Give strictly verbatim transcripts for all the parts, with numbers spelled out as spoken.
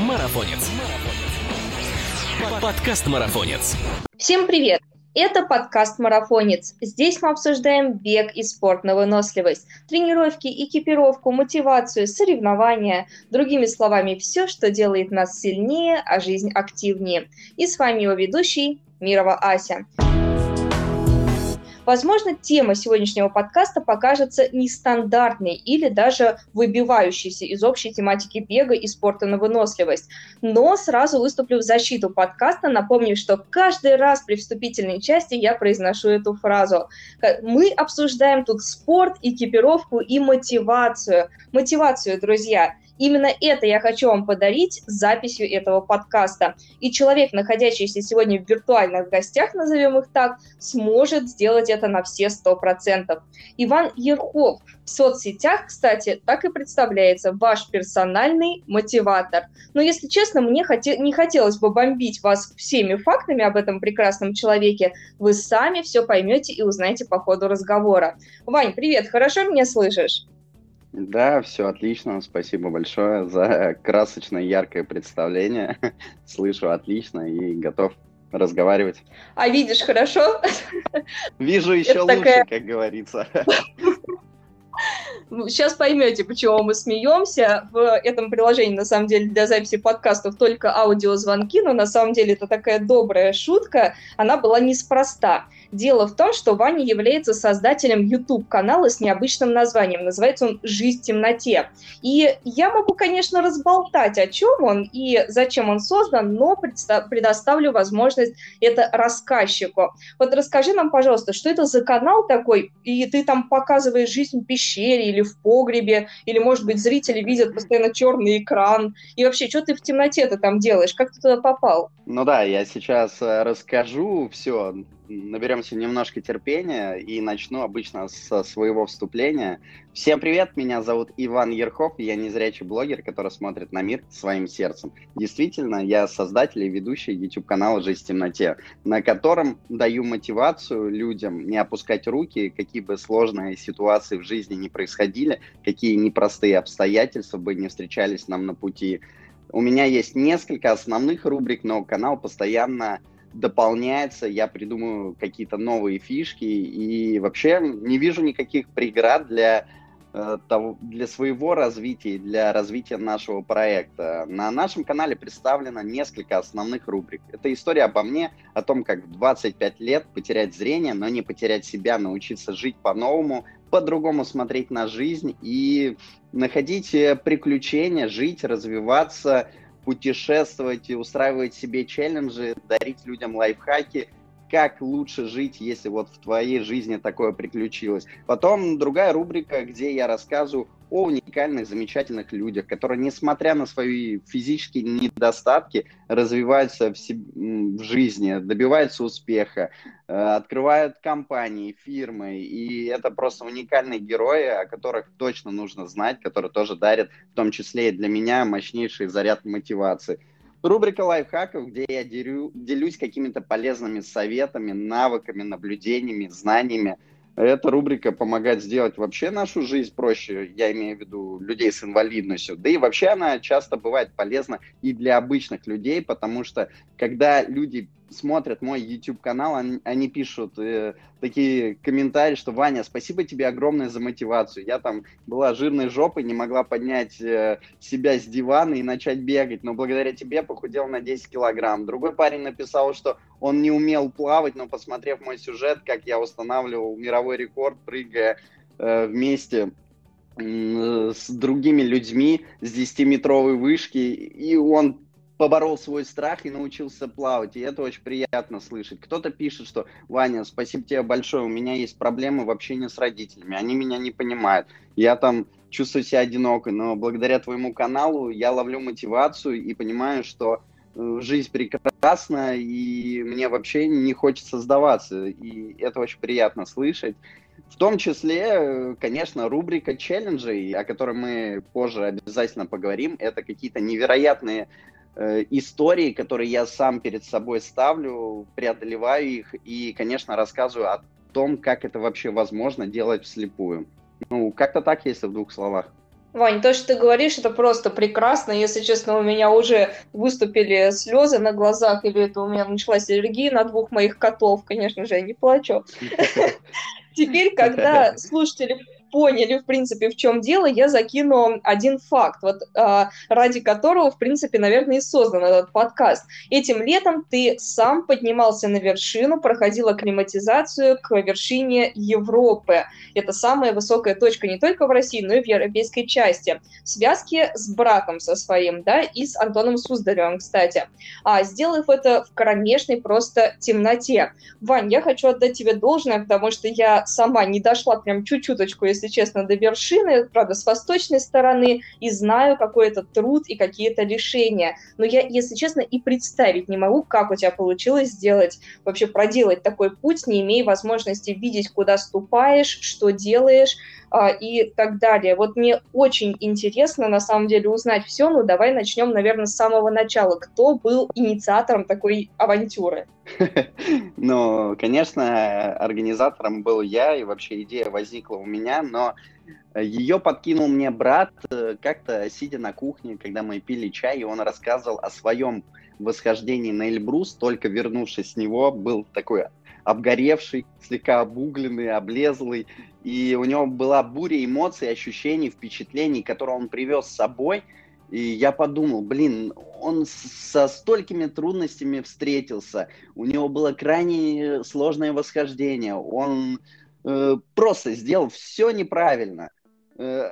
Марафонец. Подкаст Марафонец. Всем привет! Это подкаст «Марафонец». Здесь мы обсуждаем бег и спорт на выносливость, тренировки, экипировку, мотивацию, соревнования. Другими словами, все, что делает нас сильнее, а жизнь активнее. И с вами его ведущий Мирова Ася. Возможно, тема сегодняшнего подкаста покажется нестандартной или даже выбивающейся из общей тематики бега и спорта на выносливость. Но сразу выступлю в защиту подкаста, напомнив, что каждый раз при вступительной части я произношу эту фразу. Мы обсуждаем тут спорт, экипировку и мотивацию. Мотивацию, друзья. Именно это я хочу вам подарить записью этого подкаста. И человек, находящийся сегодня в виртуальных гостях, назовем их так, сможет сделать это на все сто процентов. Иван Ерхов в соцсетях, кстати, так и представляется, ваш персональный мотиватор. Но, если честно, мне хоте- не хотелось бы бомбить вас всеми фактами об этом прекрасном человеке. Вы сами все поймете и узнаете по ходу разговора. Вань, привет, хорошо меня слышишь? Да, все отлично. Спасибо большое за красочное, яркое представление. Слышу отлично и готов разговаривать. А видишь хорошо? Вижу еще Это лучше, такая... как говорится. Сейчас поймете, почему мы смеемся. В этом приложении, на самом деле, для записи подкастов только аудиозвонки, но на самом деле это такая добрая шутка. Она была неспроста. Дело в том, что Ваня является создателем YouTube-канала с необычным названием. Называется он «Жизнь в темноте». И я могу, конечно, разболтать, о чем он и зачем он создан, но предста- предоставлю возможность это рассказчику. Вот расскажи нам, пожалуйста, что это за канал такой, и ты там показываешь жизнь в пещере или в погребе, или, может быть, зрители видят постоянно черный экран. И вообще, что ты в темноте-то там делаешь? Как ты туда попал? Ну да, я сейчас расскажу все. Наберемся немножко терпения и начну обычно со своего вступления. Всем привет, меня зовут Иван Ерхов, и я незрячий блогер, который смотрит на мир своим сердцем. Действительно, я создатель и ведущий YouTube-канала «Жизнь в темноте», на котором даю мотивацию людям не опускать руки, какие бы сложные ситуации в жизни не происходили, какие непростые обстоятельства бы не встречались нам на пути. У меня есть несколько основных рубрик, но канал постоянно дополняется, я придумаю какие-то новые фишки и вообще не вижу никаких преград для, э, того, для своего развития, для развития нашего проекта. На нашем канале представлено несколько основных рубрик. Это история обо мне, о том, как в двадцать пять лет потерять зрение, но не потерять себя, научиться жить по-новому, по-другому смотреть на жизнь и находить приключения, жить, развиваться, путешествовать и устраивать себе челленджи, дарить людям лайфхаки, как лучше жить, если вот в твоей жизни такое приключилось. Потом другая рубрика, где я рассказываю о уникальных, замечательных людях, которые, несмотря на свои физические недостатки, развиваются в, себе, в жизни, добиваются успеха, э, открывают компании, фирмы, и это просто уникальные герои, о которых точно нужно знать, которые тоже дарят, в том числе и для меня, мощнейший заряд мотивации. Рубрика лайфхаков, где я делю, делюсь какими-то полезными советами, навыками, наблюдениями, знаниями. Эта рубрика помогает сделать вообще нашу жизнь проще, я имею в виду людей с инвалидностью. Да и вообще она часто бывает полезна и для обычных людей, потому что когда люди смотрят мой YouTube-канал, они, они пишут э, такие комментарии, что «Ваня, спасибо тебе огромное за мотивацию. Я там была жирной жопой, не могла поднять э, себя с дивана и начать бегать, но благодаря тебе похудел на десять килограмм». Другой парень написал, что он не умел плавать, но посмотрев мой сюжет, как я устанавливал мировой рекорд, прыгая э, вместе с другими людьми с десятиметровой вышки, и он поборол свой страх и научился плавать, и это очень приятно слышать. Кто-то пишет, что «Ваня, спасибо тебе большое, у меня есть проблемы в общении с родителями, они меня не понимают, я там чувствую себя одинокой, но благодаря твоему каналу я ловлю мотивацию и понимаю, что жизнь прекрасна, и мне вообще не хочется сдаваться, и это очень приятно слышать». В том числе, конечно, рубрика челленджей, о которой мы позже обязательно поговорим, это какие-то невероятные э, истории, которые я сам перед собой ставлю, преодолеваю их и, конечно, рассказываю о том, как это вообще возможно делать вслепую. Ну, как-то так, если в двух словах. Вань, то, что ты говоришь, это просто прекрасно. Если честно, у меня уже выступили слезы на глазах, или это у меня началась аллергия на двух моих котов. Конечно же, я не плачу. Теперь, когда слушатели поняли, в принципе, в чем дело, я закину один факт, вот а, ради которого, в принципе, наверное, и создан этот подкаст. Этим летом ты сам поднимался на вершину, проходил акклиматизацию к вершине Европы. Это самая высокая точка не только в России, но и в европейской части. В связке с братом со своим, да, и с Антоном Суздалевым, кстати. А, сделав это в кромешной просто темноте. Вань, я хочу отдать тебе должное, потому что я сама не дошла прям чуть-чуточку, если честно, до вершины, правда, с восточной стороны, и знаю, какой это труд и какие-то решения. Но я, если честно, и представить не могу, как у тебя получилось сделать, вообще проделать такой путь, не имея возможности видеть, куда ступаешь, что делаешь, а, и так далее. Вот мне очень интересно, на самом деле, узнать все, но давай начнем, наверное, с самого начала. Кто был инициатором такой авантюры? Ну, конечно, организатором был я, и вообще идея возникла у меня, но ее подкинул мне брат э, как-то сидя на кухне, когда мы пили чай, и он рассказывал о своем восхождении на Эльбрус, только вернувшись с него, был такой обгоревший, слегка обугленный, облезлый, и у него была буря эмоций, ощущений, впечатлений, которые он привез с собой. И я подумал, блин, он со столькими трудностями встретился, у него было крайне сложное восхождение, он э, просто сделал все неправильно. Э,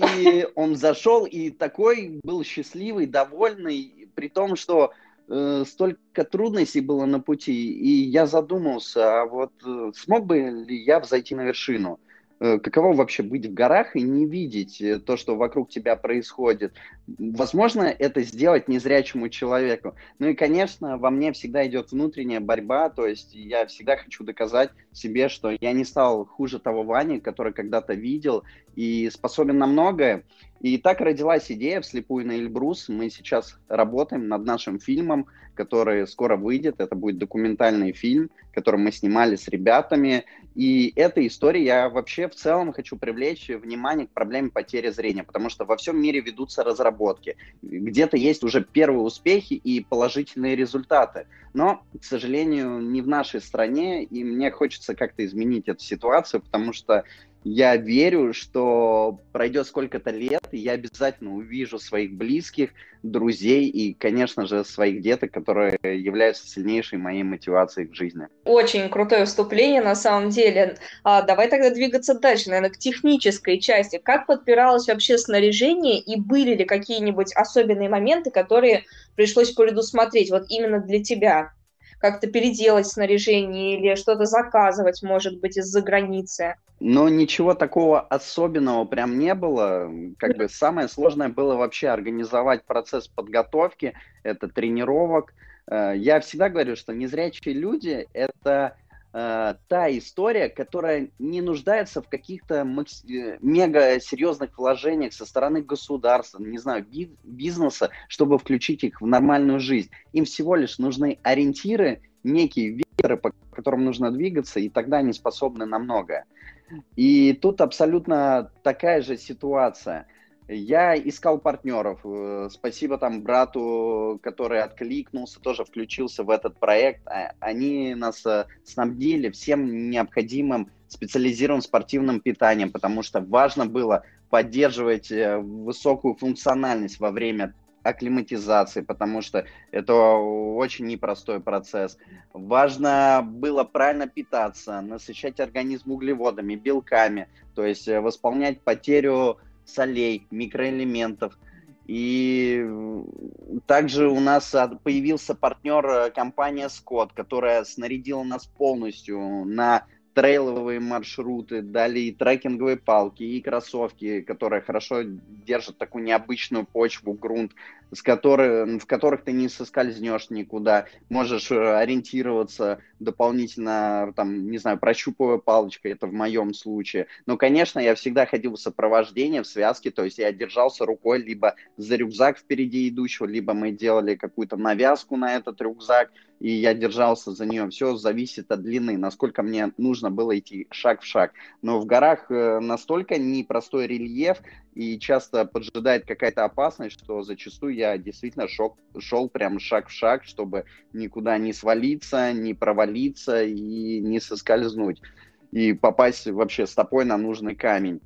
и он зашел и такой был счастливый, довольный, при том, что э, столько трудностей было на пути. И я задумался, а вот э, смог бы ли я взойти на вершину? Э, Каково вообще быть в горах и не видеть э, то, что вокруг тебя происходит? Возможно, это сделать незрячему человеку. Ну и, конечно, во мне всегда идет внутренняя борьба, то есть я всегда хочу доказать себе, что я не стал хуже того Вани, который когда-то видел и способен на многое. И так родилась идея «Вслепую на Эльбрус». Мы сейчас работаем над нашим фильмом, который скоро выйдет. Это будет документальный фильм, который мы снимали с ребятами. И эта история, я вообще в целом хочу привлечь внимание к проблеме потери зрения, потому что во всем мире ведутся разработки. Где-то есть уже первые успехи и положительные результаты. Но, к сожалению, не в нашей стране, и мне хочется как-то изменить эту ситуацию, потому что я верю, что пройдет сколько-то лет, и я обязательно увижу своих близких, друзей и, конечно же, своих деток, которые являются сильнейшей моей мотивацией к жизни. Очень крутое вступление, на самом деле. А, давай тогда двигаться дальше, наверное, к технической части. Как подбиралось вообще снаряжение и были ли какие-нибудь особенные моменты, которые пришлось предусмотреть вот именно для тебя? Как-то переделать снаряжение или что-то заказывать, может быть, из-за границы? Но ничего такого особенного прям не было. Как бы самое сложное было вообще организовать процесс подготовки, это тренировок. Э, Я всегда говорю, что незрячие люди– это э, та история, которая не нуждается в каких-то макс- э, мега серьезных вложениях со стороны государства, не знаю, би- бизнеса, чтобы включить их в нормальную жизнь. Им всего лишь нужны ориентиры, некие векторы, по которым нужно двигаться, и тогда они способны на многое. И тут абсолютно такая же ситуация. Я искал партнеров. э, Спасибо там брату, который откликнулся, тоже включился в этот проект. А- Они нас э, снабдили всем необходимым специализированным спортивным питанием, потому что важно было поддерживать э, высокую функциональность во время акклиматизации, потому что это очень непростой процесс. Важно было правильно питаться, насыщать организм углеводами, белками, то есть э, восполнять потерю солей, микроэлементов. И также у нас а, появился партнер э, компания Scott, которая снарядила нас полностью на трейловые маршруты, дали и трекинговые палки, и кроссовки, которые хорошо держат такую необычную почву, грунт, с которой, в которых ты не соскользнешь никуда, можешь э, ориентироваться дополнительно, там, не знаю, прощупывая палочкой, это в моем случае. Но, конечно, я всегда ходил в сопровождении, в связке, то есть я держался рукой либо за рюкзак впереди идущего, либо мы делали какую-то навязку на этот рюкзак, и я держался за нее. Все зависит от длины, насколько мне нужно было идти шаг в шаг. Но в горах настолько непростой рельеф, и часто поджидает какая-то опасность, что зачастую я действительно шел, шел прям шаг в шаг, чтобы никуда не свалиться, не провалиться и не соскользнуть, и попасть вообще стопой на нужный камень.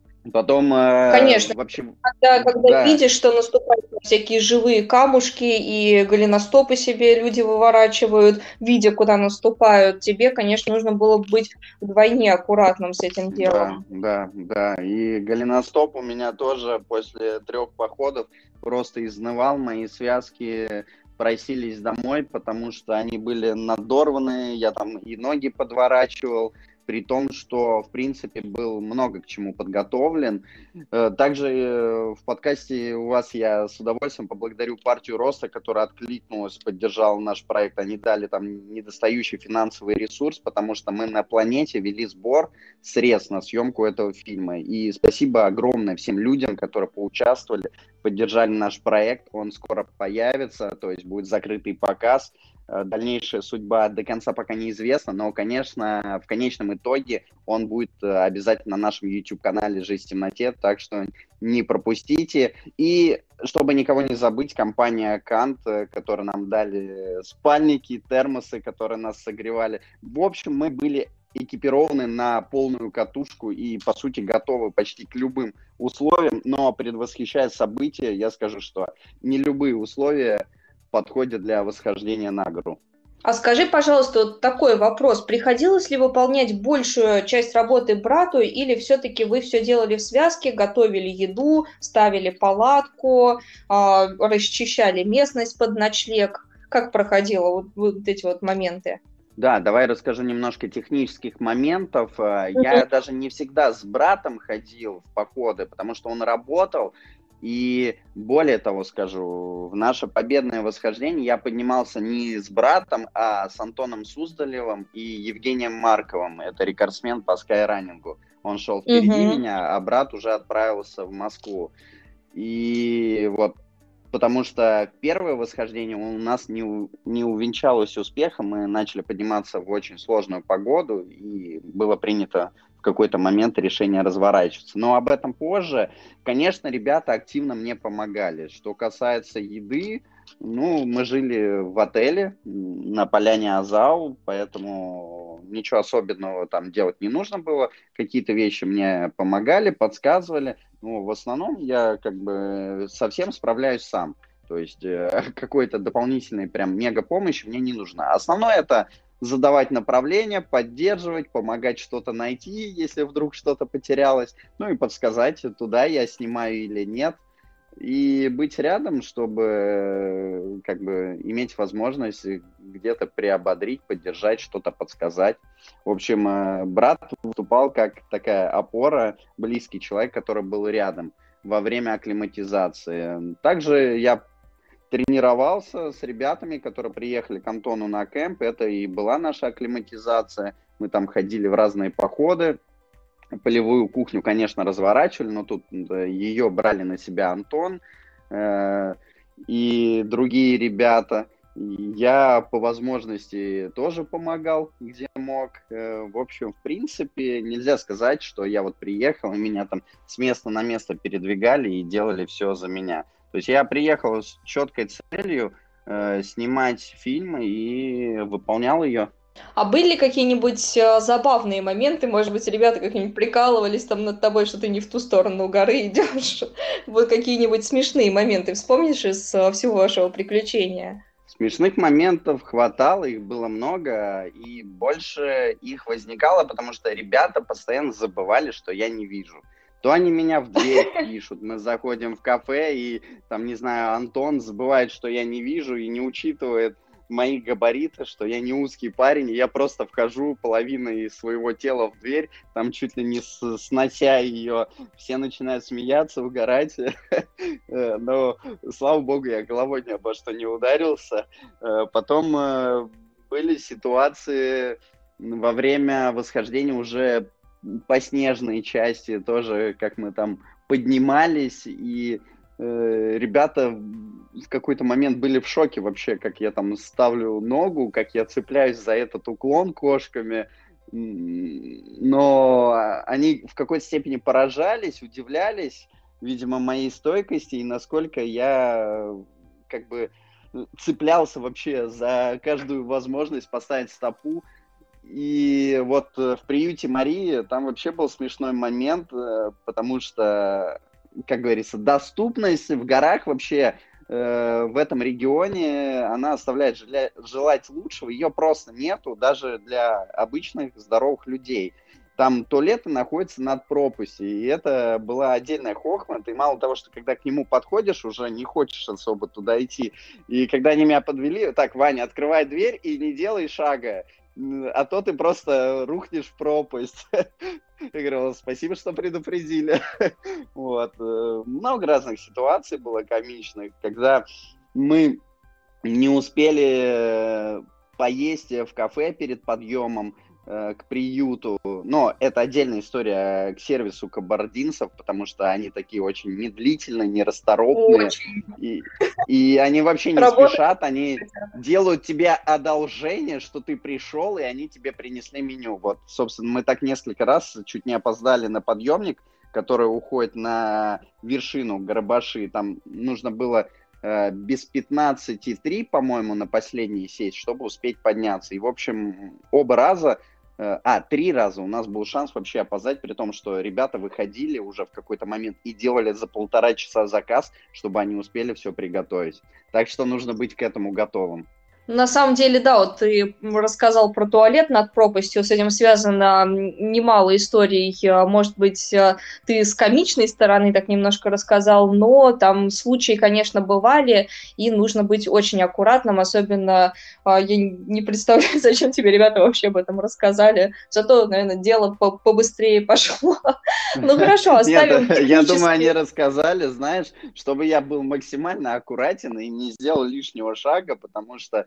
Потом э, Конечно, вообще, когда, когда да, видишь, что наступают всякие живые камушки и голеностопы себе люди выворачивают, видя, куда наступают, тебе, конечно, нужно было быть вдвойне аккуратным с этим да, делом. да, да. И голеностоп у меня тоже после трех походов просто изнывал, мои связки просились домой, потому что они были надорваны, я там и ноги подворачивал, при том, что, в принципе, был много к чему подготовлен. Также в подкасте у вас я с удовольствием поблагодарю партию Роста, которая откликнулась, поддержала наш проект. Они дали там недостающий финансовый ресурс, потому что мы на планете вели сбор средств на съемку этого фильма. И спасибо огромное всем людям, которые поучаствовали, поддержали наш проект. Он скоро появится, то есть будет закрытый показ. Дальнейшая судьба до конца пока неизвестна, но, конечно, в конечном итоге он будет обязательно на нашем YouTube-канале «Жизнь в темноте», так что не пропустите. И чтобы никого не забыть, компания Кант, которая нам дали спальники, термосы, которые нас согревали. В общем, мы были экипированы на полную катушку и, по сути, готовы почти к любым условиям, но предвосхищая события, я скажу, что не любые условия подходят для восхождения на гору. А скажи, пожалуйста, вот такой вопрос. Приходилось ли выполнять большую часть работы брату, или все-таки вы все делали в связке, готовили еду, ставили палатку, э, расчищали местность под ночлег? Как проходило вот, вот эти вот моменты? Да, давай расскажу немножко технических моментов. Я даже не всегда с братом ходил в походы, потому что он работал. И более того скажу, в наше победное восхождение я поднимался не с братом, а с Антоном Суздалевым и Евгением Марковым. Это рекордсмен по скайранингу. Он шел впереди Угу. меня, а брат уже отправился в Москву. И вот потому что первое восхождение у нас не, не увенчалось успехом. Мы начали подниматься в очень сложную погоду, и было принято в какой-то момент решение разворачиваться. Но об этом позже. Конечно, ребята активно мне помогали. Что касается еды, ну, мы жили в отеле на поляне Азау, поэтому ничего особенного там делать не нужно было. Какие-то вещи мне помогали, подсказывали. Ну, в основном я как бы совсем справляюсь сам. То есть э, какой-то дополнительной прям мега помощи мне не нужна. Основное это задавать направление, поддерживать, помогать что-то найти, если вдруг что-то потерялось. Ну и подсказать, туда я снимаю или нет. И быть рядом, чтобы как бы иметь возможность где-то приободрить, поддержать, что-то подсказать. В общем, брат выступал как такая опора, близкий человек, который был рядом во время акклиматизации. Также я тренировался с ребятами, которые приехали к Антону на кемп. Это и была наша акклиматизация. Мы там ходили в разные походы. Полевую кухню, конечно, разворачивали, но тут ее брали на себя Антон э, и другие ребята. Я по возможности тоже помогал, где мог. Э, в общем, в принципе, нельзя сказать, что я вот приехал, и меня там с места на место передвигали и делали все за меня. То есть я приехал с четкой целью э, снимать фильмы и выполнял ее. А были какие-нибудь э, забавные моменты? Может быть, ребята как-нибудь прикалывались там над тобой, что ты не в ту сторону горы идешь? Вот какие-нибудь смешные моменты вспомнишь из э, всего вашего приключения? Смешных моментов хватало, их было много, и больше их возникало, потому что ребята постоянно забывали, что я не вижу. То они меня в дверь пишут, мы заходим в кафе, и там, не знаю, Антон забывает, что я не вижу, и не учитывает мои габариты, что я не узкий парень, и я просто вхожу половиной своего тела в дверь, там чуть ли не снося ее, все начинают смеяться, угорать, но, слава богу, я головой ни обо что не ударился. Потом были ситуации во время восхождения уже по снежной части, тоже как мы там поднимались, и э, ребята в какой-то момент были в шоке вообще, как я там ставлю ногу, как я цепляюсь за этот уклон кошками. Но они в какой-то степени поражались, удивлялись, видимо, моей стойкости и насколько я как бы цеплялся вообще за каждую возможность поставить стопу. И вот в приюте Марии там вообще был смешной момент, потому что, как говорится, доступность в горах вообще э, в этом регионе, она оставляет желя- желать лучшего, ее просто нету даже для обычных здоровых людей. Там туалеты находятся над пропастью, и это была отдельная хохма. Ты мало того, что когда к нему подходишь, уже не хочешь особо туда идти. И когда они меня подвели, так, Ваня, открывай дверь и не делай шага, а то ты просто рухнешь в пропасть. Я говорю, спасибо, что предупредили. Вот. Много разных ситуаций было комичных, когда мы не успели поесть в кафе перед подъемом к приюту. Но это отдельная история к сервису кабардинцев, потому что они такие очень медлительные, нерасторопные. Очень. И, и они вообще не Работа. спешат, они делают тебе одолжение, что ты пришел, и они тебе принесли меню. Вот, собственно, мы так несколько раз чуть не опоздали на подъемник, который уходит на вершину Горбаши. Там нужно было без пятнадцати три, по-моему, на последней сесть, чтобы успеть подняться. И, в общем, оба раза, а, три раза у нас был шанс вообще опоздать, при том, что ребята выходили уже в какой-то момент и делали за полтора часа заказ, чтобы они успели все приготовить. Так что нужно быть к этому готовым. На самом деле, да, вот ты рассказал про туалет над пропастью, с этим связано немало историй, может быть, ты с комичной стороны так немножко рассказал, но там случаи, конечно, бывали, и нужно быть очень аккуратным, особенно, я не представляю, зачем тебе ребята вообще об этом рассказали, зато, наверное, дело побыстрее пошло. Ну хорошо, оставим технические... Я думаю, они рассказали, знаешь, чтобы я был максимально аккуратен и не сделал лишнего шага, потому что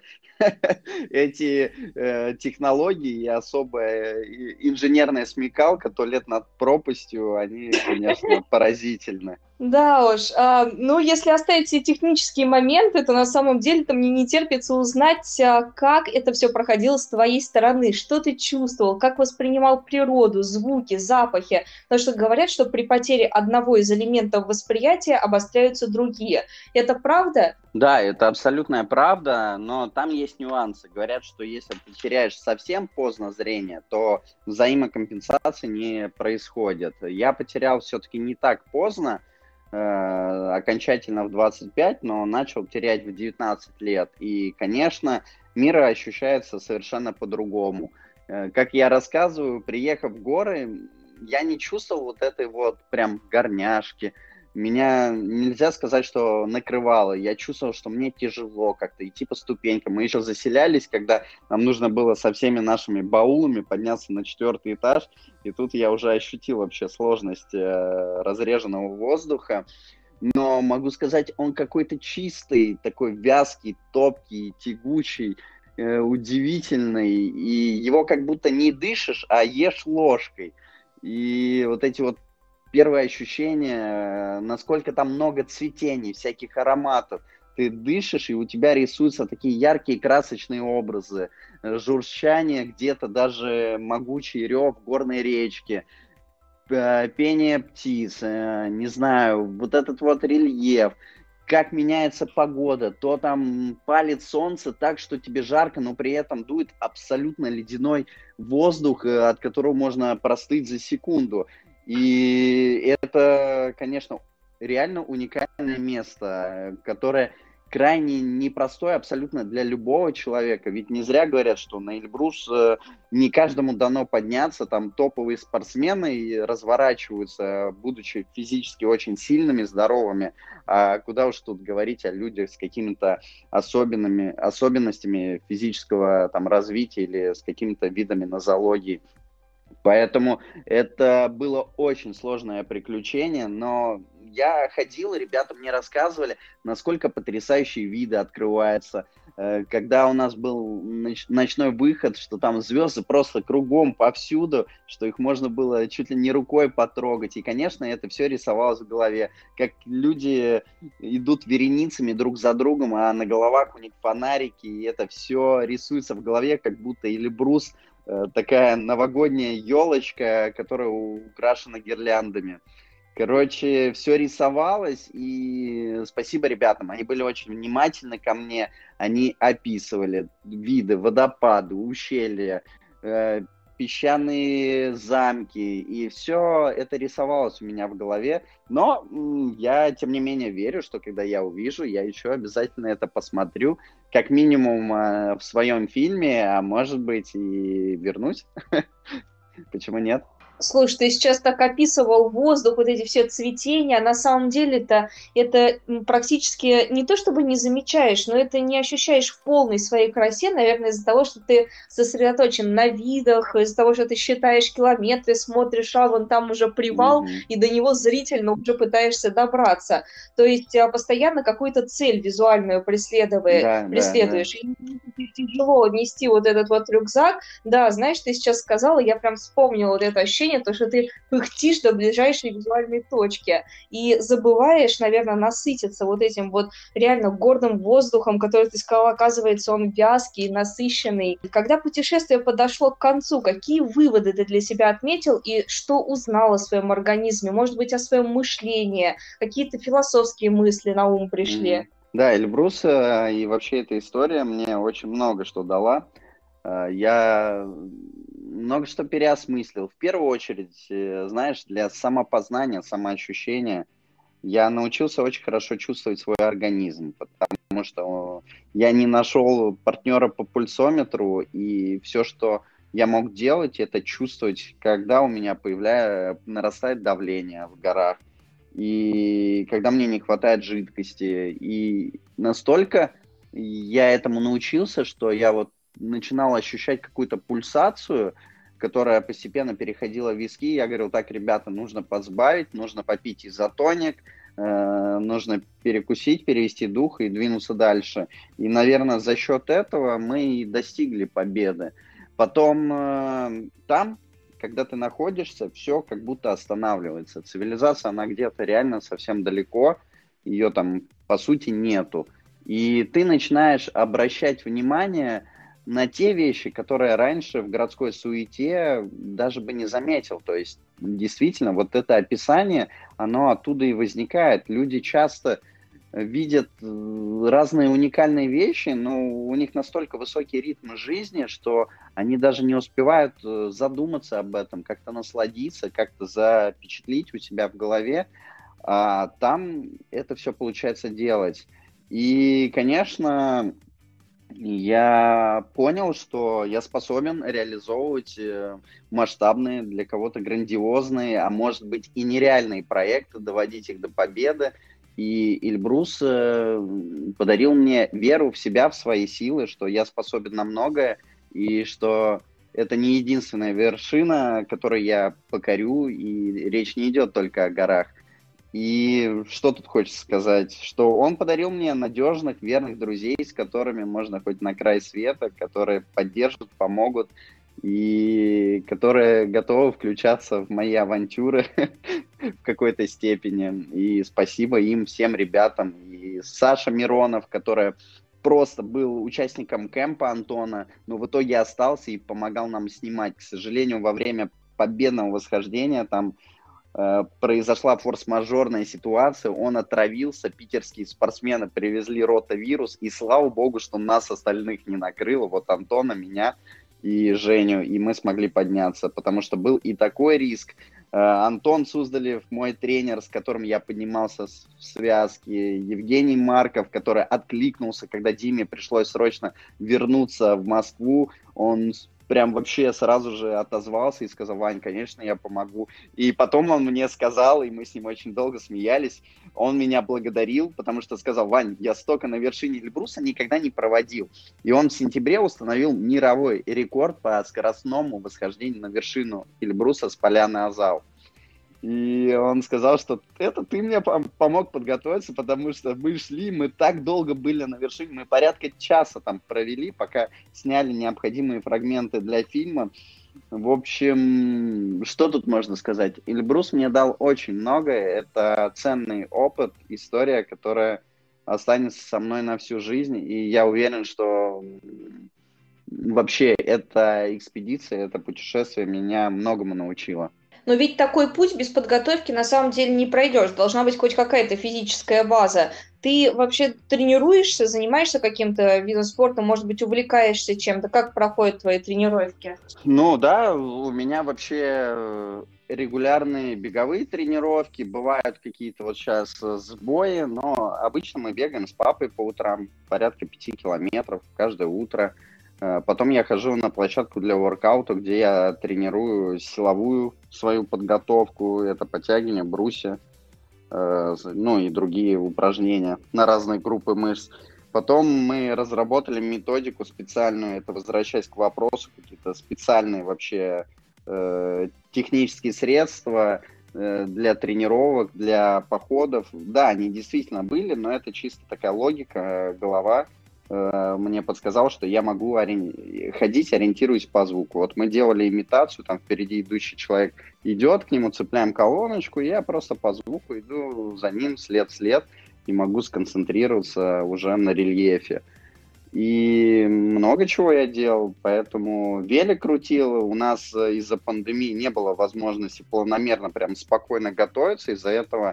эти э, технологии и особая инженерная смекалка, туалет над пропастью, они, конечно, поразительны. Да уж, а, ну если оставить все технические моменты, то на самом деле-то мне не терпится узнать, как это все проходило с твоей стороны, что ты чувствовал, как воспринимал природу, звуки, запахи, потому что говорят, что при потере одного из элементов восприятия обостряются другие. Это правда? Да, это абсолютная правда, но там есть нюансы. Говорят, что если ты теряешь совсем поздно зрение, то взаимокомпенсации не происходит. Я потерял все-таки не так поздно, э, окончательно в двадцать пять, но начал терять в девятнадцать лет. И, конечно, мир ощущается совершенно по-другому. Э, как я рассказываю, приехав в горы, я не чувствовал вот этой вот прям горняшки. Меня нельзя сказать, что накрывало. Я чувствовал, что мне тяжело как-то идти по ступенькам. Мы еще заселялись, когда нам нужно было со всеми нашими баулами подняться на четвертый этаж. И тут я уже ощутил вообще сложность э, разреженного воздуха. Но могу сказать, он какой-то чистый, такой вязкий, топкий, тягучий, э, удивительный. И его как будто не дышишь, а ешь ложкой. И вот эти вот первое ощущение, насколько там много цветений, всяких ароматов. Ты дышишь, и у тебя рисуются такие яркие красочные образы. Журчание, где-то даже могучий рев горной речки, пение птиц, не знаю, вот этот вот рельеф. Как меняется погода, то там палит солнце так, что тебе жарко, но при этом дует абсолютно ледяной воздух, от которого можно простыть за секунду. И это, конечно, реально уникальное место, которое крайне непростое абсолютно для любого человека. Ведь не зря говорят, что на Эльбрус не каждому дано подняться. Там топовые спортсмены разворачиваются, будучи физически очень сильными, здоровыми. А куда уж тут говорить о людях с какими-то особенными, особенностями физического там, развития или с какими-то видами нозологии. Поэтому это было очень сложное приключение, но я ходил, ребята мне рассказывали, насколько потрясающие виды открываются. Когда у нас был ноч- ночной выход, что там звезды просто кругом, повсюду, что их можно было чуть ли не рукой потрогать. И, конечно, это все рисовалось в голове. Как люди идут вереницами друг за другом, а на головах у них фонарики, и это все рисуется в голове, как будто Эльбрус такая новогодняя елочка, которая украшена гирляндами. Короче, все рисовалось, и спасибо ребятам, они были очень внимательны ко мне, они описывали виды, водопады, ущелья, э, песчаные замки, и все это рисовалось у меня в голове, но м, я, тем не менее, верю, что когда я увижу, я еще обязательно это посмотрю, как минимум э, в своем фильме, а может быть и вернусь, почему нет? Слушай, ты сейчас так описывал воздух, вот эти все цветения, а на самом деле-то это м, практически не то чтобы не замечаешь, но это не ощущаешь в полной своей красе, наверное, из-за того, что ты сосредоточен на видах, из-за того, что ты считаешь километры, смотришь, а вон там уже привал, Мгм. и до него зрительно уже пытаешься добраться. То есть а, постоянно какую-то цель визуальную преследуя- Да, да, да. преследуешь. И тяжело нести вот этот вот рюкзак. Да, знаешь, ты сейчас сказала, я прям вспомнила вот это ощущение, то, что ты пыхтишь до ближайшей визуальной точки и забываешь, наверное, насытиться вот этим вот реально горным воздухом, который, ты сказала, оказывается, он вязкий, насыщенный. Когда путешествие подошло к концу, какие выводы ты для себя отметил и что узнал о своем организме? Может быть, о своем мышлении? Какие-то философские мысли на ум пришли? Мгм. Да, Эльбрус э, и вообще эта история мне очень много что дала. Э, Я много что переосмыслил. В первую очередь, э, знаешь, для самопознания, самоощущения я научился очень хорошо чувствовать свой организм, потому что я не нашел партнера по пульсометру, и все, что я мог делать, это чувствовать, когда у меня появляется, нарастает давление в горах, и когда мне не хватает жидкости. И настолько я этому научился, что я вот начинал ощущать какую-то пульсацию, которая постепенно переходила в виски. Я говорил, так, ребята, нужно подсбавить, нужно попить изотоник, э, нужно перекусить, перевести дух и двинуться дальше. И, наверное, за счет этого мы и достигли победы. Потом э, там, когда ты находишься, все как будто останавливается. Цивилизация, она где-то реально совсем далеко, ее там, по сути, нету. И ты начинаешь обращать внимание на те вещи, которые раньше в городской суете даже бы не заметил. То есть, действительно, вот это описание, оно оттуда и возникает. Люди часто видят э, разные уникальные вещи, но у них настолько высокий ритм жизни, что они даже не успевают э, задуматься об этом, как-то насладиться, как-то запечатлить у себя в голове, а там это все получается делать. И, конечно, я понял, что я способен реализовывать э, масштабные, для кого-то грандиозные, а может быть и нереальные проекты, доводить их до победы. И Эльбрус э, подарил мне веру в себя, в свои силы, что я способен на многое, и что это не единственная вершина, которую я покорю, и речь не идет только о горах. И что тут хочется сказать? Что он подарил мне надежных, верных друзей, с которыми можно хоть на край света, которые поддержат, помогут и которые готовы включаться в мои авантюры в какой-то степени. И спасибо им, всем ребятам. И Саша Миронов, который просто был участником кемпа Антона, но в итоге остался и помогал нам снимать. К сожалению, во время победного восхождения там э, произошла форс-мажорная ситуация, он отравился, питерские спортсмены привезли ротавирус, и слава богу, что нас остальных не накрыло, вот Антона, меня и Женю, и мы смогли подняться, потому что был и такой риск. Э, Антон Суздалев, мой тренер, с которым я поднимался в связке, Евгений Марков, который откликнулся, когда Диме пришлось срочно вернуться в Москву, он прям вообще сразу же отозвался и сказал: Вань, конечно, я помогу. И потом он мне сказал, и мы с ним очень долго смеялись, он меня благодарил, потому что сказал: Вань, я столько на вершине Эльбруса никогда не проводил. И он в сентябре установил мировой рекорд по скоростному восхождению на вершину Эльбруса с поляны Азау. И он сказал, что это ты мне пом- помог подготовиться, потому что мы шли, мы так долго были на вершине, мы порядка часа там провели, пока сняли необходимые фрагменты для фильма. В общем, что тут можно сказать? Эльбрус мне дал очень многое. Это ценный опыт, история, которая останется со мной на всю жизнь. И я уверен, что м, вообще эта экспедиция, это путешествие меня многому научило. Но ведь такой путь без подготовки на самом деле не пройдешь. Должна быть хоть какая-то физическая база. Ты вообще тренируешься, занимаешься каким-то видом спорта, может быть, увлекаешься чем-то? Как проходят твои тренировки? Ну да, у меня вообще э, регулярные беговые тренировки, бывают какие-то вот сейчас э, сбои, но обычно мы бегаем с папой по утрам, порядка пяти километров каждое утро. Э, Потом я хожу на площадку для воркаута, где я тренирую силовую свою подготовку, это подтягивание, брусья, э, ну и другие упражнения на разные группы мышц. Потом мы разработали методику специальную, это возвращаясь к вопросу, какие-то специальные вообще э, технические средства э, для тренировок, для походов. Да, они действительно были, но это чисто такая логика, э, голова э, мне подсказала, что я могу ори- ходить, ориентируясь по звуку. Вот мы делали имитацию, там впереди идущий человек идет, к нему цепляем колоночку, и я просто по звуку иду за ним след-след и могу сконцентрироваться уже на рельефе. И много чего я делал, поэтому велик крутил. У нас э, из-за пандемии не было возможности планомерно, прям спокойно готовиться. Из-за этого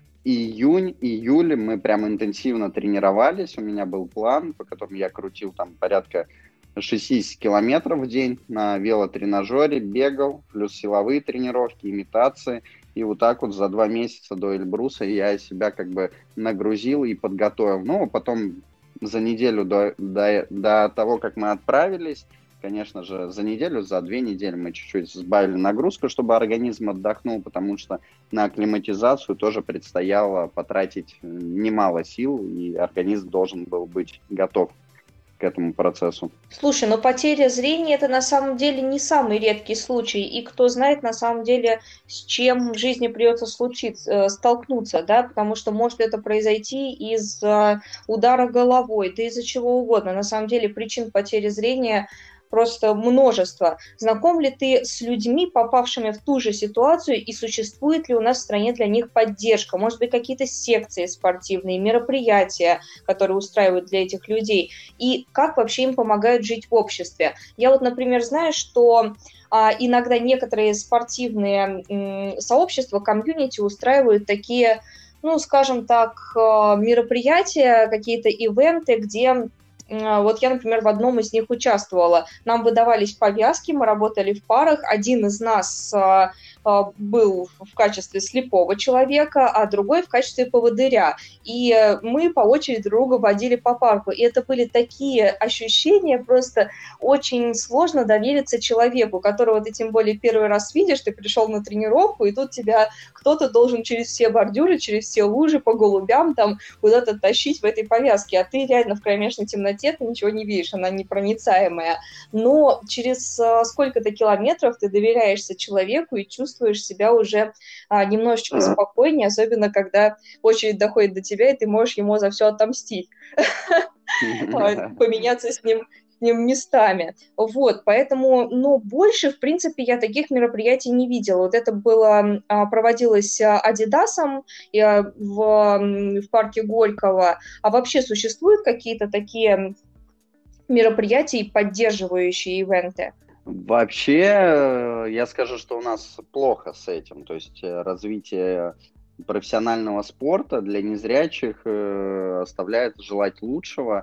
июнь, июль мы прям интенсивно тренировались. У меня был план, по которому я крутил там порядка шестьдесят километров в день на велотренажере, бегал, плюс силовые тренировки, имитации. И вот так вот за два месяца до Эльбруса я себя как бы нагрузил и подготовил. Ну, а потом за неделю до, до, до того, как мы отправились, конечно же, за неделю, за две недели мы чуть-чуть сбавили нагрузку, чтобы организм отдохнул, потому что на акклиматизацию тоже предстояло потратить немало сил, и организм должен был быть готов к этому процессу. Слушай, но потеря зрения это на самом деле не самый редкий случай, и кто знает на самом деле, с чем в жизни придется случиться, э, столкнуться, да, потому что может это произойти из-за удара головой, да из-за чего угодно. На самом деле причин потери зрения просто множество. Знаком ли ты с людьми, попавшими в ту же ситуацию, и существует ли у нас в стране для них поддержка? Может быть, какие-то секции спортивные, мероприятия, которые устраивают для этих людей? И как вообще им помогают жить в обществе? Я вот, например, знаю, что а, иногда некоторые спортивные м, сообщества, комьюнити устраивают такие, ну, скажем так, а, мероприятия, какие-то ивенты, где вот я, например, в одном из них участвовала. Нам выдавались повязки, мы работали в парах. Один из нас а, а, был в качестве слепого человека, а другой в качестве поводыря. И мы по очереди друга водили по парку. И это были такие ощущения, просто очень сложно довериться человеку, которого ты тем более первый раз видишь, ты пришел на тренировку, и тут тебя кто-то должен через все бордюры, через все лужи по голубям там куда-то тащить в этой повязке, а ты реально в кромешной темноте ты ничего не видишь, она непроницаемая. Но через а, сколько-то километров ты доверяешься человеку и чувствуешь себя уже а, немножечко спокойнее, особенно когда очередь доходит до тебя, и ты можешь ему за все отомстить, поменяться с ним ним местами. Вот, поэтому, но больше, в принципе, я таких мероприятий не видела. Вот это было, а, проводилось Адидасом а, в, в парке Горького. А вообще существуют какие-то такие мероприятия и поддерживающие ивенты? Вообще, э, я скажу, что у нас плохо с этим. То есть э, развитие профессионального спорта для незрячих э, оставляет желать лучшего.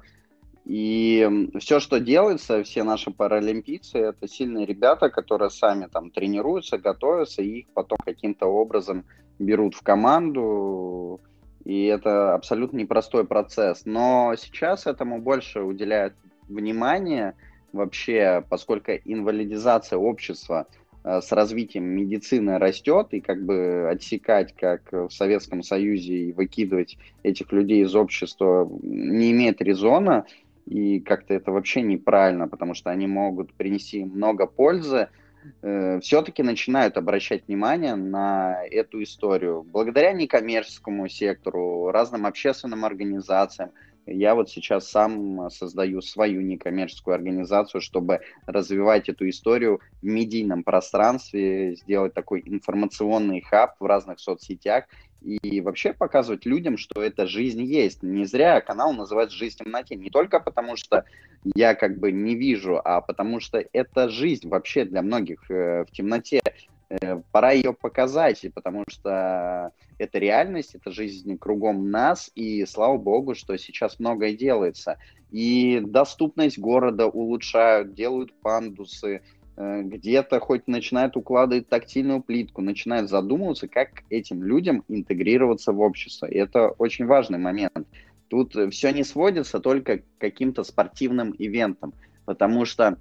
И все, что делается, все наши паралимпийцы, это сильные ребята, которые сами там тренируются, готовятся, и их потом каким-то образом берут в команду. И это абсолютно непростой процесс. Но сейчас этому больше уделяют внимание вообще, поскольку инвалидизация общества э, с развитием медицины растет, и как бы отсекать, как в Советском Союзе, и выкидывать этих людей из общества не имеет резона. И как-то это вообще неправильно, потому что они могут принести много пользы. э, все-таки начинают обращать внимание на эту историю. Благодаря некоммерческому сектору, разным общественным организациям, я вот сейчас сам создаю свою некоммерческую организацию, чтобы развивать эту историю в медийном пространстве, сделать такой информационный хаб в разных соцсетях и вообще показывать людям, что эта жизнь есть. Не зря канал называется «Жизнь в темноте». Не только потому, что я как бы не вижу, а потому что это жизнь вообще для многих э, в темноте. Э, пора ее показать, потому что это реальность, это жизнь кругом нас, и слава богу, что сейчас многое делается. И доступность города улучшают, делают пандусы, э, где-то хоть начинают укладывать тактильную плитку, начинают задумываться, как этим людям интегрироваться в общество. И это очень важный момент. Тут все не сводится только к каким-то спортивным ивентам, потому что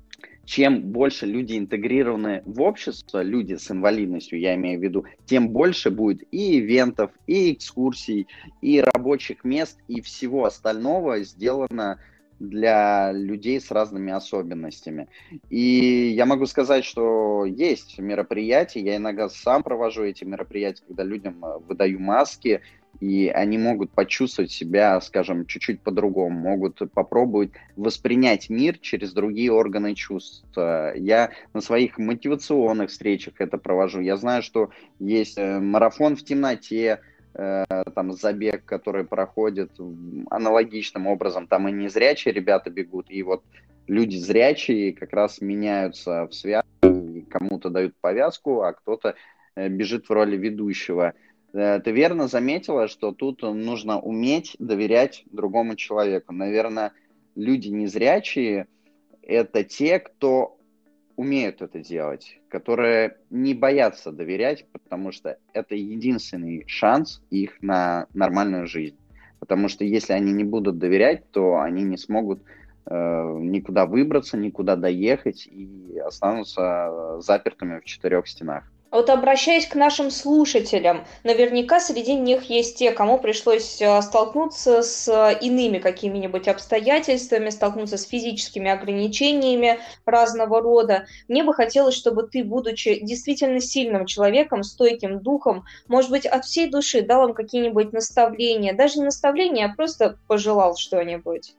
чем больше люди интегрированы в общество, люди с инвалидностью, я имею в виду, тем больше будет и ивентов, и экскурсий, и рабочих мест, и всего остального сделано для людей с разными особенностями. И я могу сказать, что есть мероприятия, я иногда сам провожу эти мероприятия, когда людям выдаю маски, и они могут почувствовать себя, скажем, чуть-чуть по-другому, могут попробовать воспринять мир через другие органы чувств. Я на своих мотивационных встречах это провожу. Я знаю, что есть марафон в темноте, там забег, который проходит аналогичным образом, там и незрячие ребята бегут, и вот люди зрячие как раз меняются в связке, кому-то дают повязку, а кто-то бежит в роли ведущего. Ты верно заметила, что тут нужно уметь доверять другому человеку. Наверное, люди незрячие – это те, кто умеют это делать, которые не боятся доверять, потому что это единственный шанс их на нормальную жизнь. Потому что если они не будут доверять, то они не смогут э, никуда выбраться, никуда доехать и останутся запертыми в четырех стенах. Вот обращаясь к нашим слушателям, наверняка среди них есть те, кому пришлось столкнуться с иными какими-нибудь обстоятельствами, столкнуться с физическими ограничениями разного рода. Мне бы хотелось, чтобы ты, будучи действительно сильным человеком, стойким духом, может быть, от всей души дал им какие-нибудь наставления, даже не наставления, а просто пожелал что-нибудь.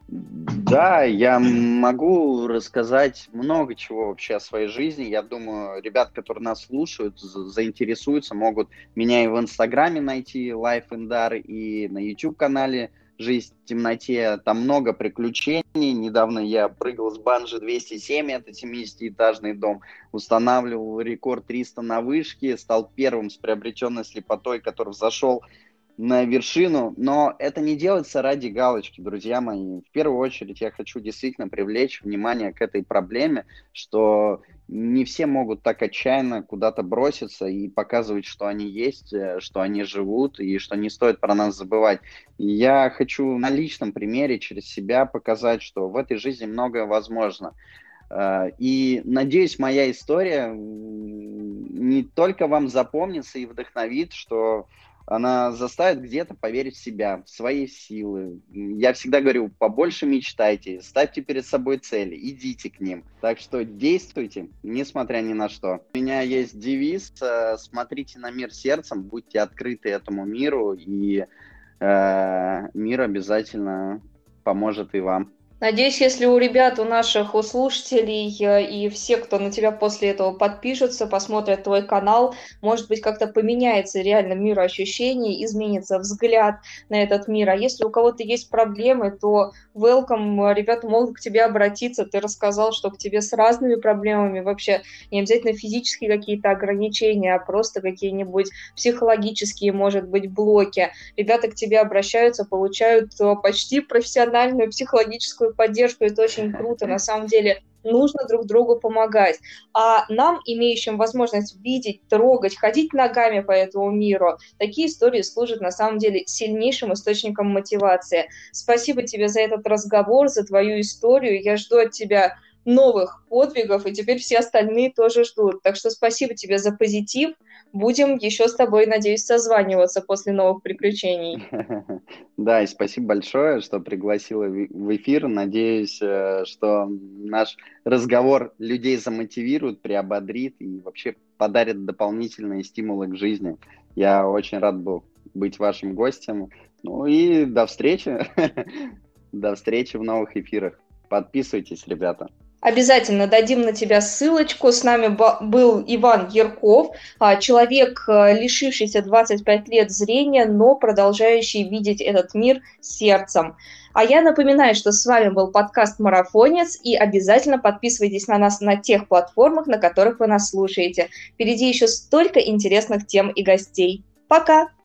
Да, я могу рассказать много чего вообще о своей жизни. Я думаю, ребят, которые нас слушают, заинтересуются, могут меня и в Инстаграме найти, Life Indar, и на YouTube-канале «Жизнь в темноте». Там много приключений. Недавно я прыгал с банджи двести семь, это семидесятиэтажный дом, устанавливал рекорд триста на вышке, стал первым с приобретенной слепотой, который взошел на вершину, но это не делается ради галочки, друзья мои. В первую очередь я хочу действительно привлечь внимание к этой проблеме, что не все могут так отчаянно куда-то броситься и показывать, что они есть, что они живут и что не стоит про нас забывать. И я хочу на личном примере через себя показать, что в этой жизни многое возможно. И надеюсь, моя история не только вам запомнится и вдохновит, что она заставит где-то поверить в себя, в свои силы. Я всегда говорю, побольше мечтайте, ставьте перед собой цели, идите к ним. Так что действуйте, несмотря ни на что. У меня есть девиз: смотрите на мир сердцем, будьте открыты этому миру, и э, мир обязательно поможет и вам. Надеюсь, если у ребят, у наших, у слушателей и все, кто на тебя после этого подпишется, посмотрят твой канал, может быть, как-то поменяется реально мироощущение, изменится взгляд на этот мир. А если у кого-то есть проблемы, то welcome, ребята могут к тебе обратиться. Ты рассказал, что к тебе с разными проблемами, вообще не обязательно физические какие-то ограничения, а просто какие-нибудь психологические, может быть, блоки. Ребята к тебе обращаются, получают почти профессиональную психологическую поддержку, это очень круто, на самом деле нужно друг другу помогать. А нам, имеющим возможность видеть, трогать, ходить ногами по этому миру, такие истории служат на самом деле сильнейшим источником мотивации. Спасибо тебе за этот разговор, за твою историю. Я жду от тебя новых подвигов, и теперь все остальные тоже ждут. Так что спасибо тебе за позитив. Будем еще с тобой, надеюсь, созваниваться после новых приключений. Да, и спасибо большое, что пригласила в эфир. Надеюсь, что наш разговор людей замотивирует, приободрит и вообще подарит дополнительные стимулы к жизни. Я очень рад был быть вашим гостем. Ну и до встречи. До встречи в новых эфирах. Подписывайтесь, ребята. Обязательно дадим на тебя ссылочку. С нами был Иван Ярков, человек, лишившийся двадцать пять лет зрения, но продолжающий видеть этот мир сердцем. А я напоминаю, что с вами был подкаст «Марафонец», и обязательно подписывайтесь на нас на тех платформах, на которых вы нас слушаете. Впереди еще столько интересных тем и гостей. Пока!